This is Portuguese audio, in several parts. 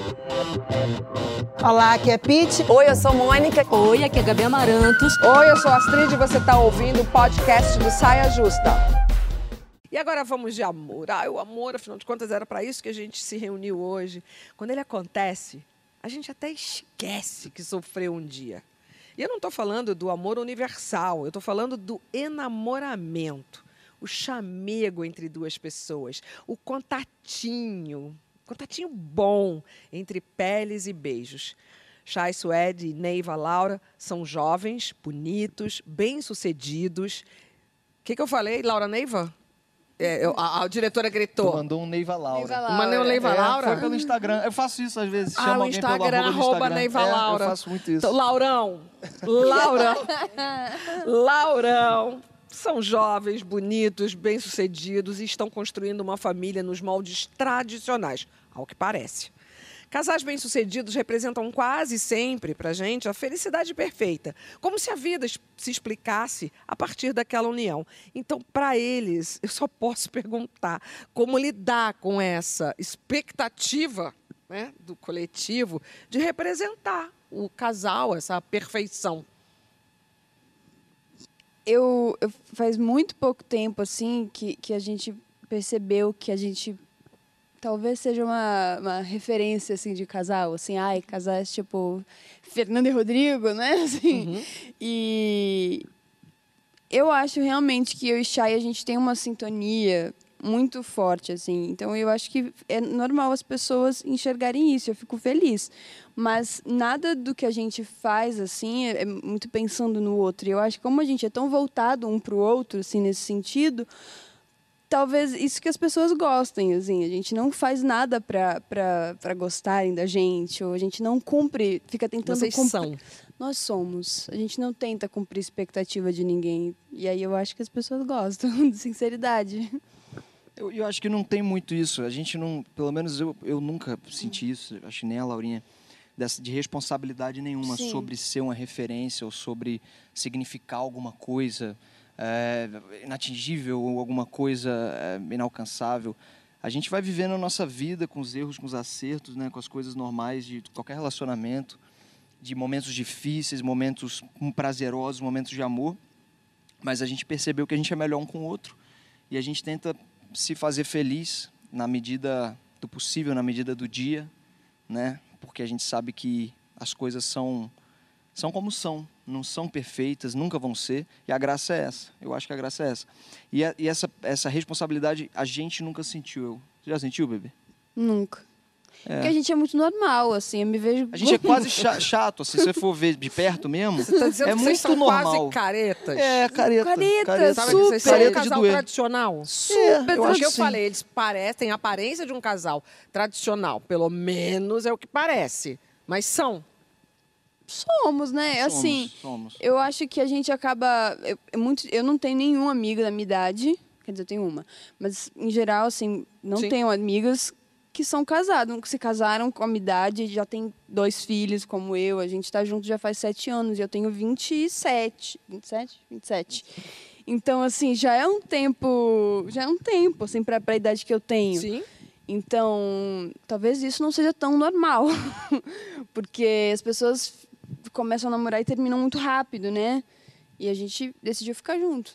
Olá, aqui é Pete. Oi, eu sou Mônica. Oi, aqui é Gabi Amarantos. Oi, eu sou Astrid e você está ouvindo o podcast do Saia Justa. E agora vamos de amor. O amor, afinal de contas, era para isso que a gente se reuniu hoje. Quando ele acontece, a gente até esquece que sofreu um dia. E eu não estou falando do amor universal, eu estou falando do enamoramento, o chamego entre duas pessoas, o contatinho bom entre peles e beijos. Chay Suede e Neiva Laura são jovens, bonitos, bem-sucedidos. O que eu falei, Laura Neiva? A diretora gritou. Tu mandou um Neiva Laura. Mandei um Neiva Laura? Foi pelo Instagram. Eu faço isso às vezes. Chamo o alguém Instagram, pelo arroba Neiva Laura. Eu faço muito isso. Então, Laurão. São jovens, bonitos, bem-sucedidos e estão construindo uma família nos moldes tradicionais, ao que parece. Casais bem-sucedidos representam quase sempre, para a gente, a felicidade perfeita, como se a vida se explicasse a partir daquela união. Então, para eles, eu só posso perguntar como lidar com essa expectativa, né, do coletivo de representar o casal, essa perfeição. Eu faz muito pouco tempo assim que a gente percebeu que a gente talvez seja uma referência assim de casal, assim, casais tipo Fernanda e Rodrigo, né? Assim. Uhum. E eu acho realmente que eu e Chay a gente tem uma sintonia muito forte, assim. Então eu acho que é normal as pessoas enxergarem isso. Eu fico feliz. Mas nada do que a gente faz assim é muito pensando no outro. E eu acho que como a gente é tão voltado um para o outro, assim, nesse sentido, talvez isso que as pessoas gostem, assim. A gente não faz nada para gostarem da gente, ou a gente não cumpre, fica tentando Vocês cumprir. são. Nós somos. A gente não tenta cumprir expectativa de ninguém. E aí eu acho que as pessoas gostam de sinceridade. Eu acho que não tem muito isso. A gente não, pelo menos eu nunca senti isso, acho que nem a Laurinha, de responsabilidade nenhuma. Sim. Sobre ser uma referência ou sobre significar alguma coisa inatingível ou alguma coisa inalcançável. A gente vai vivendo a nossa vida com os erros, com os acertos, né, com as coisas normais de qualquer relacionamento, de momentos difíceis, momentos prazerosos, momentos de amor. Mas a gente percebeu que a gente é melhor um com o outro e a gente tenta se fazer feliz na medida do possível, na medida do dia, né? Porque a gente sabe que as coisas são como são, não são perfeitas, nunca vão ser, e a graça é essa. Eu acho que a graça é essa. E essa responsabilidade a gente nunca sentiu. Você já sentiu, bebê? Nunca. Porque a gente é muito normal, assim, eu me vejo... A gente é quase chato, assim, se você for ver de perto mesmo, Você tá dizendo é que muito vocês são normal. quase caretas? Careta. Sabe super. que vocês são um Careta de casal doer. tradicional? Super Eu acho que eu sim. falei, eles têm a aparência de um casal tradicional. Pelo menos é o que parece. Mas são. Somos, né? Assim, Somos. eu acho que a gente acaba... Eu não tenho nenhuma amiga da minha idade, quer dizer, eu tenho uma, mas em geral, assim, não Sim. tenho amigas que são casadas, que se casaram com a minha idade, já tem 2 filhos como eu, a gente está junto já faz 7 anos, e eu tenho 27, Então, assim, já é um tempo, assim, para a idade que eu tenho. Sim. Então, talvez isso não seja tão normal, porque as pessoas começam a namorar e terminam muito rápido, né? E a gente decidiu ficar junto.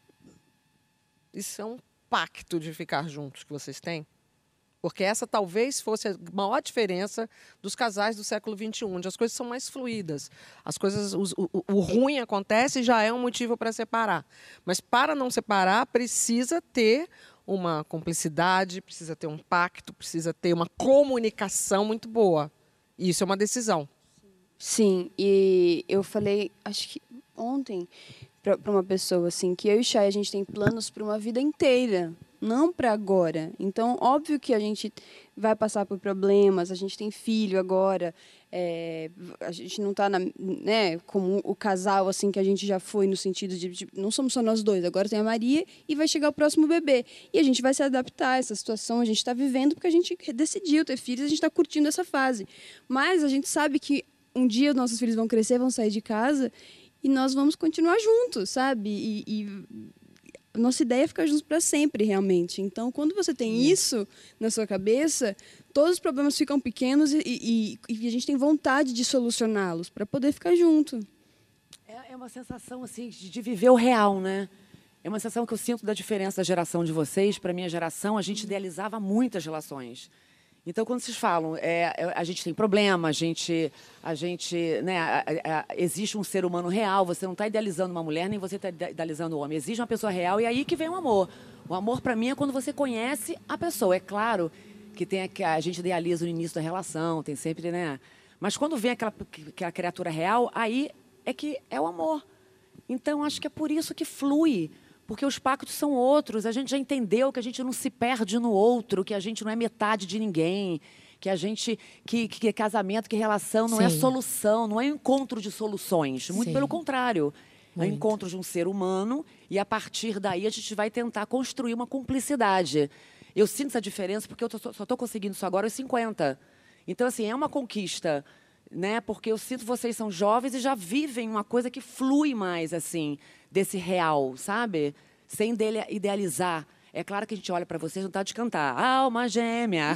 Isso é um pacto de ficar juntos que vocês têm? Porque essa talvez fosse a maior diferença dos casais do século XXI, onde as coisas são mais fluídas. As coisas, o ruim acontece e já é um motivo para separar. Mas para não separar, precisa ter uma cumplicidade, precisa ter um pacto, precisa ter uma comunicação muito boa. E isso é uma decisão. Sim, e eu falei, acho que ontem, para uma pessoa assim, que eu e Chay, a gente tem planos para uma vida inteira, não para agora. Então, óbvio que a gente vai passar por problemas, a gente tem filho agora, a gente não está como o casal assim que a gente já foi, no sentido de não somos só nós dois, agora tem a Maria e vai chegar o próximo bebê. E a gente vai se adaptar a essa situação, a gente está vivendo porque a gente decidiu ter filhos, a gente está curtindo essa fase. Mas a gente sabe que um dia os nossos filhos vão crescer, vão sair de casa e nós vamos continuar juntos, sabe? E nossa ideia é ficar juntos para sempre, realmente. Então, quando você tem isso na sua cabeça, todos os problemas ficam pequenos e a gente tem vontade de solucioná-los para poder ficar junto. É uma sensação assim de viver o real, né? É uma sensação que eu sinto da diferença da geração de vocês. Para a minha geração, a gente idealizava muitas relações. Então, quando vocês falam, a gente tem problema, né, existe um ser humano real, você não está idealizando uma mulher, nem você está idealizando um homem. Existe uma pessoa real e é aí que vem o amor. O amor, para mim, é quando você conhece a pessoa. É claro que a gente idealiza no início da relação, tem sempre, né? Mas quando vem aquela criatura real, aí é que é o amor. Então, acho que é por isso que flui. Porque os pactos são outros, a gente já entendeu que a gente não se perde no outro, que a gente não é metade de ninguém, que a gente, que casamento, que relação não é solução, não é encontro de soluções, muito pelo contrário. É o encontro de um ser humano e, a partir daí, a gente vai tentar construir uma cumplicidade. Eu sinto essa diferença porque eu só estou conseguindo isso agora aos 50. Então, assim, é uma conquista, né? Porque eu sinto que vocês são jovens e já vivem uma coisa que flui mais, assim, desse real, sabe? Sem idealizar. É claro que a gente olha para vocês, não tá de cantar. Alma gêmea.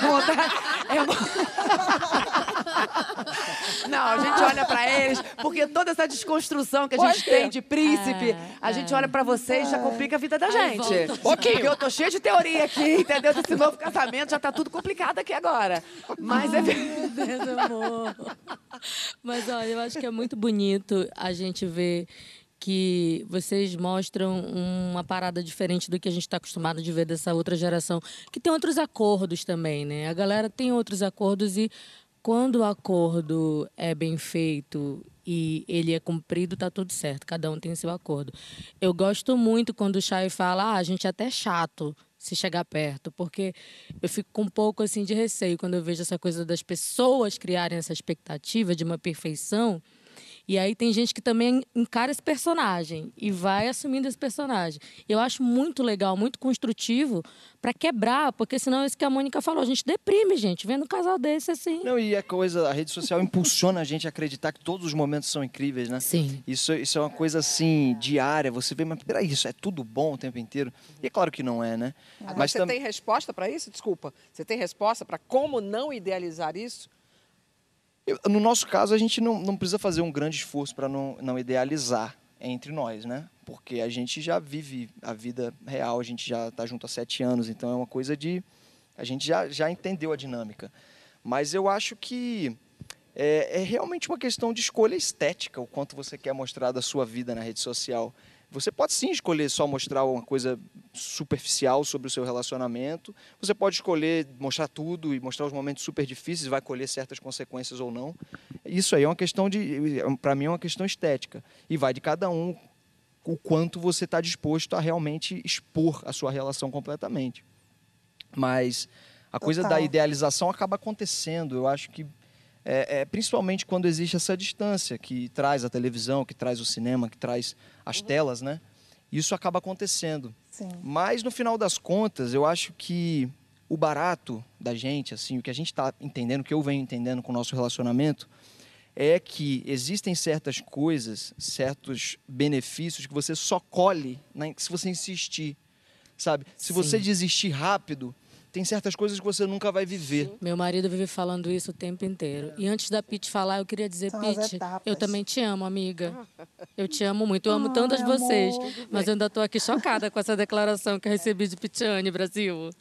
Não, a gente olha para eles, porque toda essa desconstrução que a gente tem de príncipe, a gente olha para vocês e já complica a vida da gente. Porque eu tô cheia de teoria aqui, entendeu? Desse novo casamento, já tá tudo complicado aqui agora. Mas é... Meu Deus, amor. Mas, olha, eu acho que é muito bonito a gente ver que vocês mostram uma parada diferente do que a gente está acostumado de ver dessa outra geração, que tem outros acordos também, né? A galera tem outros acordos e quando o acordo é bem feito e ele é cumprido, tá tudo certo. Cada um tem seu acordo. Eu gosto muito quando o Chay fala, a gente é até chato se chegar perto, porque eu fico com um pouco assim de receio quando eu vejo essa coisa das pessoas criarem essa expectativa de uma perfeição. E aí tem gente que também encara esse personagem e vai assumindo esse personagem. Eu acho muito legal, muito construtivo para quebrar, porque senão é isso que a Mônica falou, a gente deprime, gente, vendo um casal desse assim. Não, e a rede social impulsiona a gente a acreditar que todos os momentos são incríveis, né? Sim. Isso é uma coisa assim, diária, você vê, mas peraí, isso é tudo bom o tempo inteiro? E é claro que não é, né? Mas você tem resposta para isso? Desculpa, você tem resposta para como não idealizar isso? No nosso caso, a gente não precisa fazer um grande esforço para não idealizar entre nós, né? Porque a gente já vive a vida real, a gente já está junto há 7 anos, então é uma coisa de... A gente já entendeu a dinâmica. Mas eu acho que é realmente uma questão de escolha estética, o quanto você quer mostrar da sua vida na rede social. Você pode sim escolher só mostrar uma coisa superficial sobre o seu relacionamento. Você pode escolher mostrar tudo e mostrar os momentos super difíceis, vai colher certas consequências ou não. Isso aí é uma questão para mim é uma questão estética. E vai de cada um o quanto você está disposto a realmente expor a sua relação completamente. Mas a coisa da idealização acaba acontecendo. Eu acho que principalmente quando existe essa distância que traz a televisão, que traz o cinema, que traz as telas, né? Isso acaba acontecendo. Sim. Mas, no final das contas, eu acho que o barato da gente, assim, o que a gente está entendendo, o que eu venho entendendo com o nosso relacionamento, é que existem certas coisas, certos benefícios que você só colhe se você insistir, sabe? Se você desistir rápido, tem certas coisas que você nunca vai viver. Sim. Meu marido vive falando isso o tempo inteiro. E antes da Pete falar, eu queria dizer, Pete, eu também te amo, amiga. Eu te amo muito. Eu amo tantas vocês. Mas eu ainda estou aqui chocada com essa declaração que eu recebi de Pitiane, Brasil.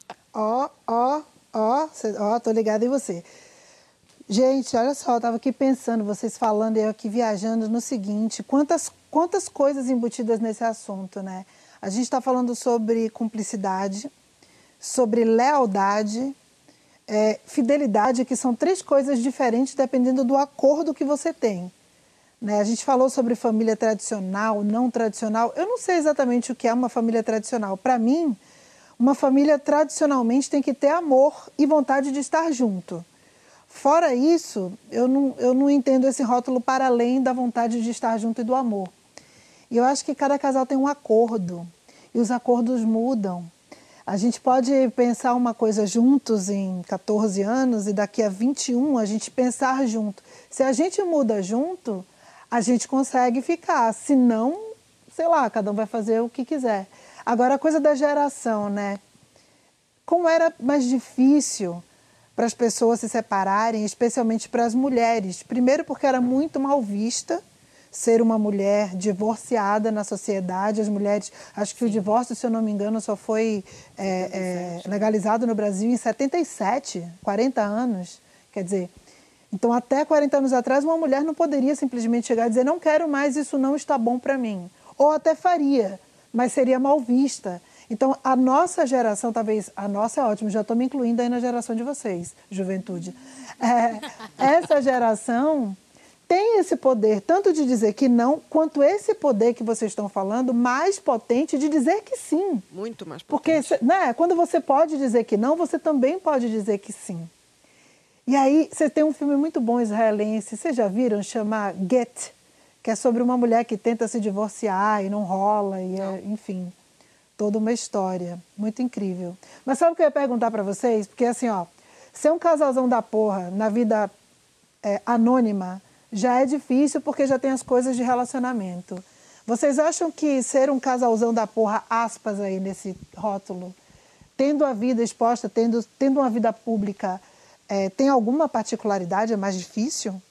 Tô ligada em você. Gente, olha só, eu tava aqui pensando, vocês falando e eu aqui viajando no seguinte, quantas coisas embutidas nesse assunto, né? A gente está falando sobre cumplicidade, sobre lealdade, fidelidade, que são 3 coisas diferentes dependendo do acordo que você tem. Né? A gente falou sobre família tradicional, não tradicional. Eu não sei exatamente o que é uma família tradicional. Para mim, uma família tradicionalmente tem que ter amor e vontade de estar junto. Fora isso, eu não entendo esse rótulo para além da vontade de estar junto e do amor. E eu acho que cada casal tem um acordo, e os acordos mudam. A gente pode pensar uma coisa juntos em 14 anos e daqui a 21 a gente pensar junto. Se a gente muda junto, a gente consegue ficar. Se não, sei lá, cada um vai fazer o que quiser. Agora, a coisa da geração, né? Como era mais difícil para as pessoas se separarem, especialmente para as mulheres. Primeiro porque era muito mal vista ser uma mulher divorciada na sociedade. As mulheres, acho que o divórcio, se eu não me engano, só foi legalizado no Brasil em 77, 40 anos. Quer dizer, então até 40 anos atrás uma mulher não poderia simplesmente chegar e dizer não quero mais, isso não está bom para mim. Ou até faria, mas seria mal vista. Então a nossa geração, talvez, a nossa é ótima, já estou me incluindo aí na geração de vocês, juventude. Essa geração tem esse poder, tanto de dizer que não, quanto esse poder que vocês estão falando, mais potente de dizer que sim. Muito mais potente. Porque, né, quando você pode dizer que não, você também pode dizer que sim. E aí, você tem um filme muito bom israelense, vocês já viram, chama Get, que é sobre uma mulher que tenta se divorciar e não rola, e enfim, toda uma história muito incrível. Mas sabe o que eu ia perguntar para vocês? Porque assim, ó, ser um casalzão da porra na vida anônima já é difícil porque já tem as coisas de relacionamento. Vocês acham que ser um casalzão da porra, aspas aí nesse rótulo, tendo a vida exposta, tendo uma vida pública, tem alguma particularidade? É mais difícil?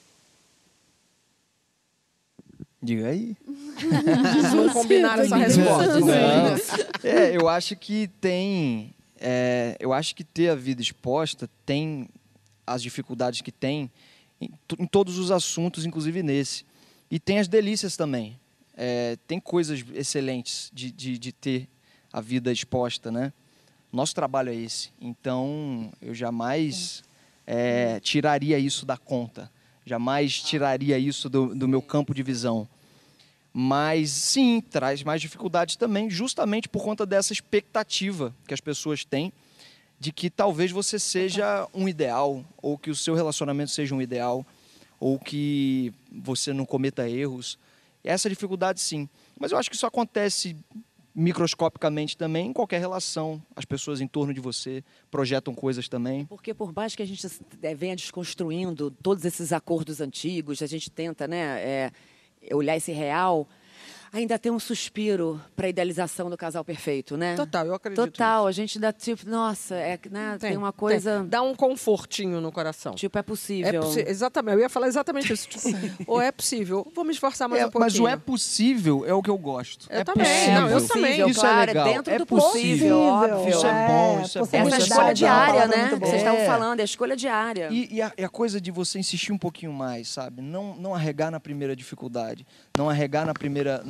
Diga aí. Vamos combinar essa resposta. Não. Eu acho que tem... eu acho que ter a vida exposta tem as dificuldades que tem em todos os assuntos, inclusive nesse. E tem as delícias também. Tem coisas excelentes de ter a vida exposta, né? Nosso trabalho é esse. Então, eu jamais tiraria isso da conta. Jamais tiraria isso do meu campo de visão. Mas, sim, traz mais dificuldades também, justamente por conta dessa expectativa que as pessoas têm de que talvez você seja um ideal, ou que o seu relacionamento seja um ideal, ou que você não cometa erros. Essa dificuldade, sim. Mas eu acho que isso acontece microscopicamente também em qualquer relação. As pessoas em torno de você projetam coisas também. Porque por mais que a gente venha desconstruindo todos esses acordos antigos, a gente tenta, né, olhar esse real, ainda tem um suspiro para a idealização do casal perfeito, né? Total, eu acredito Total, nisso. A gente dá tipo, nossa, né, tem uma coisa... Dá um confortinho no coração. Tipo, é possível. Exatamente, eu ia falar exatamente isso. Tipo, ou é possível, vou me esforçar mais um pouquinho. Mas o é possível é o que eu gosto. Eu também. Não, eu também. Isso claro, é legal. dentro do possível. possível, óbvio. Isso é bom, isso é bom. Essa Isso é escolha saudável. diária, né? muito bom. Vocês estavam falando, é a escolha diária. E a coisa de você insistir um pouquinho mais, sabe? Não arregar na primeira dificuldade. Não arregar no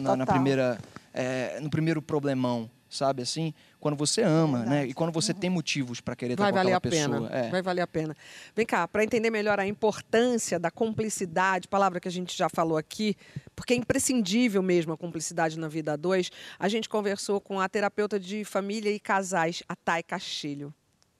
primeiro problemão, sabe? Assim, quando você ama, né? E quando você tem motivos para querer estar com aquela pessoa. Vai valer a pena. Vem cá, para entender melhor a importância da cumplicidade, palavra que a gente já falou aqui, porque é imprescindível mesmo a cumplicidade na vida a dois, a gente conversou com a terapeuta de família e casais, a Thay Castilho.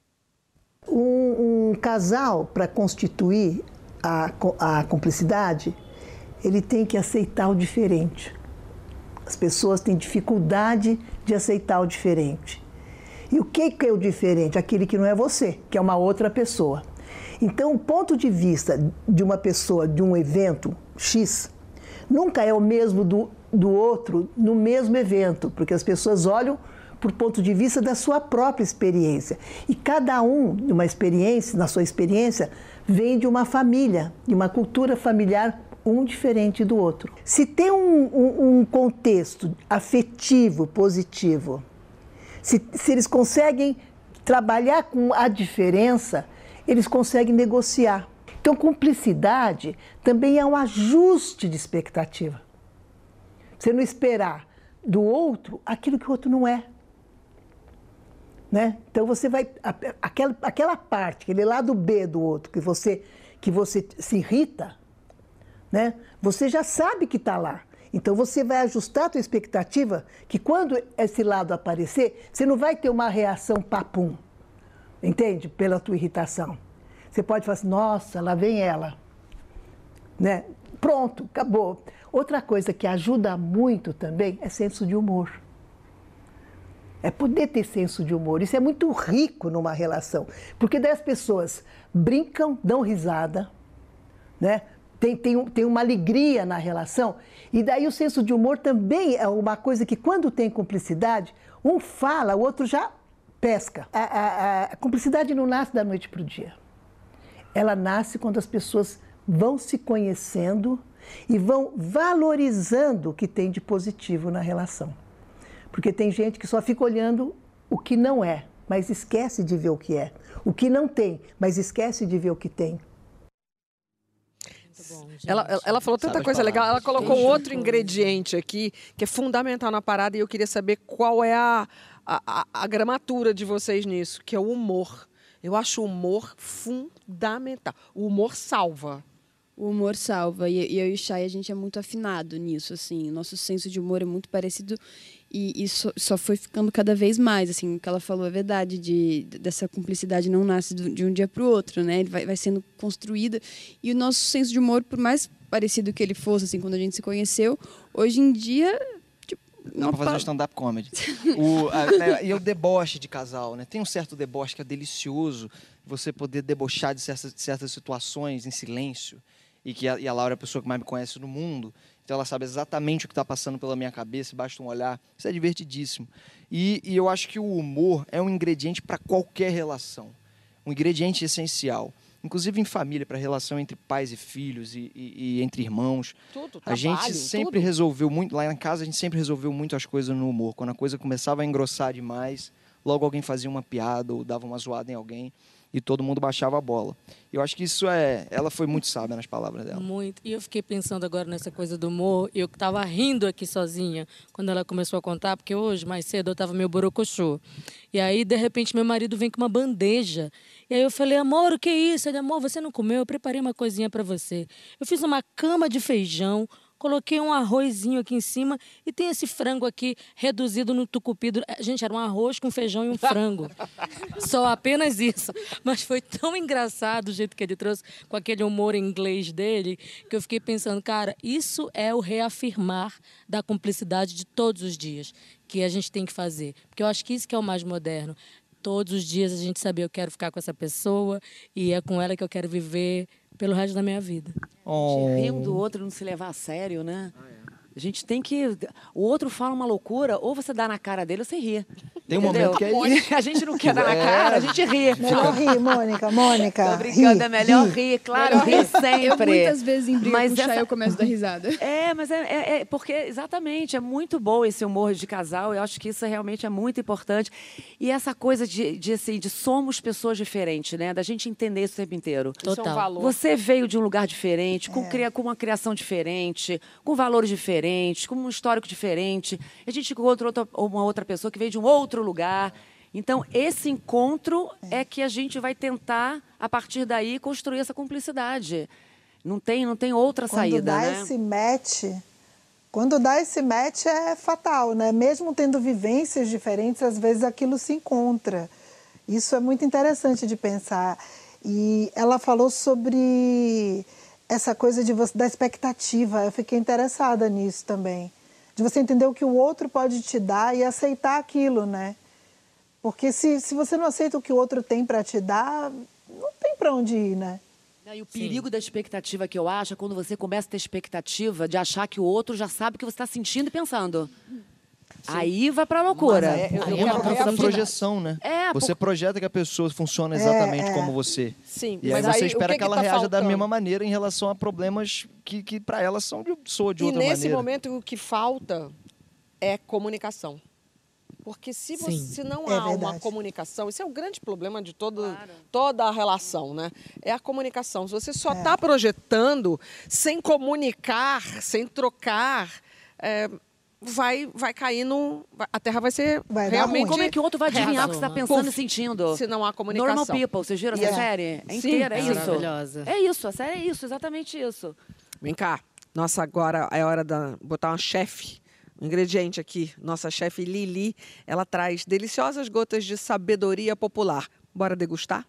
Um casal, para constituir a cumplicidade, ele tem que aceitar o diferente. As pessoas têm dificuldade de aceitar o diferente. E o que é o diferente? Aquele que não é você, que é uma outra pessoa. Então, o ponto de vista de uma pessoa, de um evento X, nunca é o mesmo do outro no mesmo evento, porque as pessoas olham por ponto de vista da sua própria experiência. E cada um, numa experiência, na sua experiência, vem de uma família, de uma cultura familiar um diferente do outro. Se tem um contexto afetivo, positivo, se eles conseguem trabalhar com a diferença, eles conseguem negociar. Então, cumplicidade também é um ajuste de expectativa. Você não esperar do outro aquilo que o outro não é. Né? Então, você vai... Aquela parte, aquele lado B do outro, que você se irrita, né? Você já sabe que está lá. Então, você vai ajustar a tua expectativa que quando esse lado aparecer, você não vai ter uma reação papum, entende? Pela tua irritação. Você pode falar assim, nossa, lá vem ela. Né? Pronto, acabou. Outra coisa que ajuda muito também é senso de humor. É poder ter senso de humor. Isso é muito rico numa relação. Porque daí as pessoas brincam, dão risada, né? Tem uma alegria na relação. E daí o senso de humor também é uma coisa que, quando tem cumplicidade, um fala, o outro já pesca. A cumplicidade não nasce da noite para o dia. ela nasce quando as pessoas vão se conhecendo e vão valorizando o que tem de positivo na relação. Porque tem gente que só fica olhando o que não é, mas esquece de ver o que é. O que não tem, mas esquece de ver o que tem. Bom, ela falou tanta coisa legal, ela colocou um outro ingrediente aqui que é fundamental na parada e eu queria saber qual é a gramatura de vocês nisso, que é o humor. Eu acho o humor fundamental. O humor salva. O humor salva. E eu e o Chay, a gente é muito afinado nisso, assim. O nosso senso de humor é muito parecido e só foi ficando cada vez mais, assim. O que ela falou é verdade, dessa cumplicidade não nasce de um dia para o outro, né? Ele vai sendo construída. E o nosso senso de humor, por mais parecido que ele fosse, assim, quando a gente se conheceu, hoje em dia... Dá pra fazer um stand-up comedy. E o deboche de casal, né? Tem um certo deboche que é delicioso, você poder debochar de certas situações em silêncio. E a Laura é a pessoa que mais me conhece no mundo, então ela sabe exatamente o que está passando pela minha cabeça, basta um olhar. Isso é divertidíssimo. E eu acho que o humor é um ingrediente para qualquer relação, um ingrediente essencial. Inclusive em família, para a relação entre pais e filhos e entre irmãos. Tudo, a gente trabalho, sempre resolveu muito, lá em casa a gente sempre resolveu muito as coisas no humor. Quando a coisa começava a engrossar demais, logo alguém fazia uma piada ou dava uma zoada em alguém e todo mundo baixava a bola. Eu acho que isso ela foi muito sábia nas palavras dela. Muito. E eu fiquei pensando agora nessa coisa do humor, eu que estava rindo aqui sozinha quando ela começou a contar, porque hoje, mais cedo, eu estava meio borocochô. E aí, de repente, meu marido vem com uma bandeja. E aí eu falei, amor, o que é isso? Ele, amor, você não comeu? Eu preparei uma coisinha para você. Eu fiz uma cama de feijão, coloquei um arrozinho aqui em cima e tem esse frango aqui reduzido no tucupi. Gente, era um arroz com feijão e um frango. Só apenas isso. Mas foi tão engraçado o jeito que ele trouxe, com aquele humor inglês dele, que eu fiquei pensando, cara, isso é o reafirmar da cumplicidade de todos os dias que a gente tem que fazer. Porque eu acho que isso que é o mais moderno. Todos os dias a gente saber, eu quero ficar com essa pessoa e é com ela que eu quero viver pelo resto da minha vida. Rir um do outro e não se levar a sério, né? A gente tem que... O outro fala uma loucura, ou você dá na cara dele ou você ri. Tem um momento que a gente não quer dar na cara, a gente ri. Melhor rir, Mônica. Tô brincando, é melhor rir, claro, rir sempre. Eu muitas vezes em briga Mas com o Chay, eu começo a dar risada. Mas porque, exatamente, é muito bom esse humor de casal, eu acho que isso realmente é muito importante. E essa coisa de somos pessoas diferentes, né? Da gente entender isso o tempo inteiro. Total. Isso é um valor. Você veio de um lugar diferente, com uma criação diferente, com valores diferentes, com um histórico diferente. A gente encontra uma outra pessoa que veio de um outro lugar. Então, esse encontro é que a gente vai tentar, a partir daí, construir essa cumplicidade. Não tem outra saída, né? Quando dá esse match é fatal, né? Mesmo tendo vivências diferentes, às vezes aquilo se encontra. Isso é muito interessante de pensar. E ela falou sobre essa coisa da expectativa. Eu fiquei interessada nisso também. De você entender o que o outro pode te dar e aceitar aquilo, né? Porque se você não aceita o que o outro tem para te dar, não tem para onde ir, né? E o perigo da expectativa que eu acho é quando você começa a ter expectativa de achar que o outro já sabe o que você está sentindo e pensando. Aí vai pra loucura. É a projeção, né? Você projeta que a pessoa funciona exatamente como você. Sim, e aí você espera que ela reaja da mesma maneira em relação a problemas que para ela soam de outra maneira. E nesse momento o que falta é comunicação. Porque se não há uma comunicação, isso é o grande problema de toda a relação, né? É a comunicação. Se você só está projetando sem comunicar, sem trocar, vai cair a Terra vai ser realmente... Como é que o outro vai adivinhar o que você está pensando e sentindo? Se não há comunicação. Normal People, vocês viram essa série? É inteira, é isso. Maravilhosa. É isso, a série é isso, exatamente isso. Vem cá. Nossa, agora é hora de botar uma chefe. Um ingrediente aqui. Nossa chefe Lili, ela traz deliciosas gotas de sabedoria popular. Bora degustar?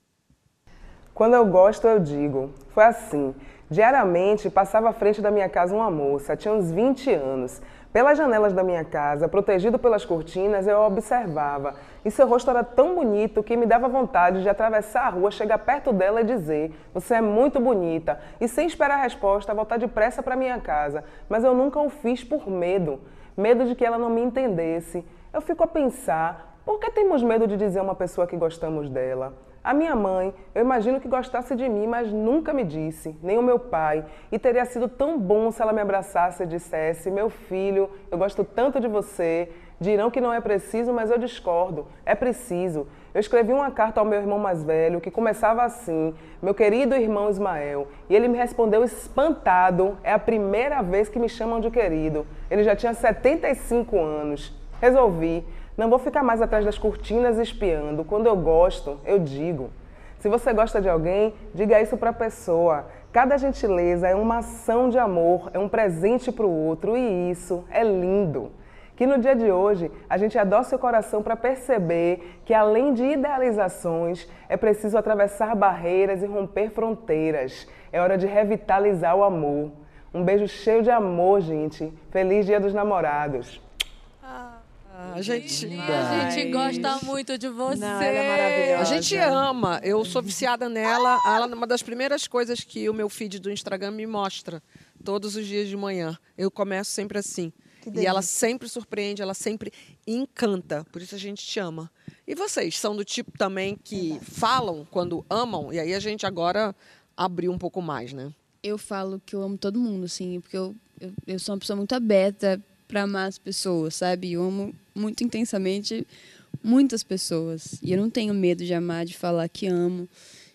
Quando eu gosto, eu digo. Foi assim. Diariamente, passava à frente da minha casa uma moça, tinha uns 20 anos. Pelas janelas da minha casa, protegido pelas cortinas, eu observava. E seu rosto era tão bonito que me dava vontade de atravessar a rua, chegar perto dela e dizer: "Você é muito bonita", e sem esperar a resposta, voltar depressa para minha casa. Mas eu nunca o fiz por medo. Medo de que ela não me entendesse. Eu fico a pensar, por que temos medo de dizer a uma pessoa que gostamos dela? A minha mãe, eu imagino que gostasse de mim, mas nunca me disse, nem o meu pai. E teria sido tão bom se ela me abraçasse e dissesse: meu filho, eu gosto tanto de você. Dirão que não é preciso, mas eu discordo. É preciso. Eu escrevi uma carta ao meu irmão mais velho que começava assim: meu querido irmão Ismael. E ele me respondeu espantado: é a primeira vez que me chamam de querido. Ele já tinha 75 anos. Resolvi. Não vou ficar mais atrás das cortinas espiando. Quando eu gosto, eu digo. Se você gosta de alguém, diga isso para a pessoa. Cada gentileza é uma ação de amor, é um presente para o outro e isso é lindo. Que no dia de hoje a gente adoce o coração para perceber que além de idealizações, é preciso atravessar barreiras e romper fronteiras. É hora de revitalizar o amor. Um beijo cheio de amor, gente. Feliz Dia dos Namorados. A gente gosta muito de você. Não, ela é maravilhosa. A gente ama. Eu sou viciada nela. Ela é uma das primeiras coisas que o meu feed do Instagram me mostra todos os dias de manhã. Eu começo sempre assim. E ela sempre surpreende, ela sempre encanta. Por isso a gente te ama. E vocês são do tipo também que falam quando amam? E aí a gente agora abriu um pouco mais, né? Eu falo que eu amo todo mundo, assim, porque eu sou uma pessoa muito aberta para amar as pessoas, sabe? Eu amo muito intensamente muitas pessoas. E eu não tenho medo de amar, de falar que amo.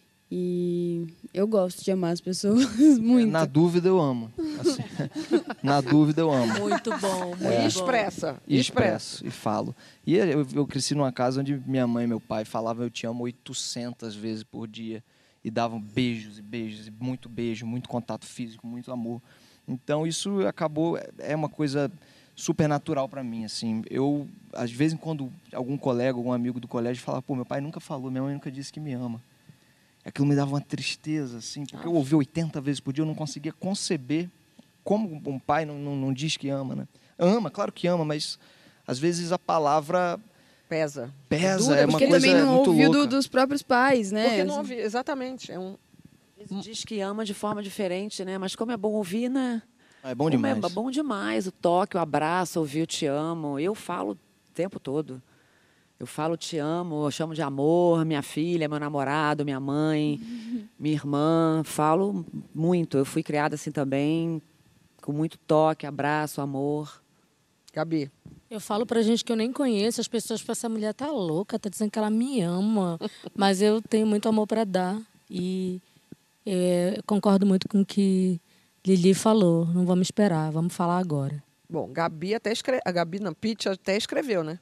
E eu gosto de amar as pessoas muito. Na dúvida eu amo. Assim, na dúvida eu amo. Muito bom, muito E bom. expressa. Expresso e falo. E eu cresci numa casa onde minha mãe e meu pai falavam eu te amo 800 vezes por dia. E davam beijos e beijos, e muito beijo, muito contato físico, muito amor. Então isso acabou, é uma coisa super natural para mim, assim. Eu, às vezes, quando algum colega, algum amigo do colégio falava: pô, meu pai nunca falou, minha mãe nunca disse que me ama. Aquilo me dava uma tristeza, assim, porque eu ouvi 80 vezes por dia, eu não conseguia conceber como um pai não diz que ama, né? Ama, claro que ama, mas às vezes a palavra Pesa. pesa, é uma porque coisa também não muito ouviu louca. dos próprios pais, né? Porque não ouvi. Exatamente. É um... Diz que ama de forma diferente, né? Mas como é bom ouvir, né? É bom demais. É bom demais. O toque, o abraço, ouvir o te amo. Eu falo o tempo todo. Eu falo te amo, eu chamo de amor, minha filha, meu namorado, minha mãe, minha irmã. Falo muito. Eu fui criada assim também, com muito toque, abraço, amor. Gabi. Eu falo pra gente que eu nem conheço, as pessoas falam: essa mulher tá louca, tá dizendo que ela me ama. Mas eu tenho muito amor para dar. E concordo muito com o que Lili falou. Não vamos esperar, vamos falar agora. Bom, Gabi até escreveu. A Gabi, não, Pitty até escreveu, né?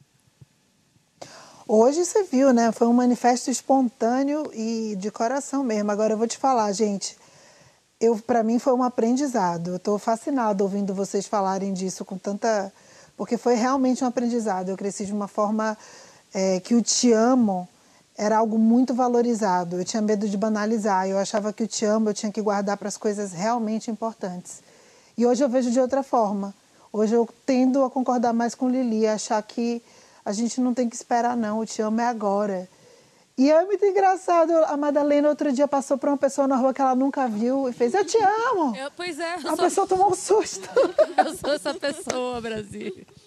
Hoje você viu, né? Foi um manifesto espontâneo e de coração mesmo. Agora eu vou te falar, gente. Para mim foi um aprendizado. Eu estou fascinada ouvindo vocês falarem disso com tanta... Porque foi realmente um aprendizado. Eu cresci de uma forma que o te amo era algo muito valorizado. Eu tinha medo de banalizar. Eu achava que o te amo eu tinha que guardar para as coisas realmente importantes. E hoje eu vejo de outra forma. Hoje eu tendo a concordar mais com Lili, achar que a gente não tem que esperar, não. O te amo é agora. E é muito engraçado. A Madalena outro dia passou por uma pessoa na rua que ela nunca viu e fez: eu te amo. Pois é. A pessoa tomou um susto. Eu sou essa pessoa, Brasil.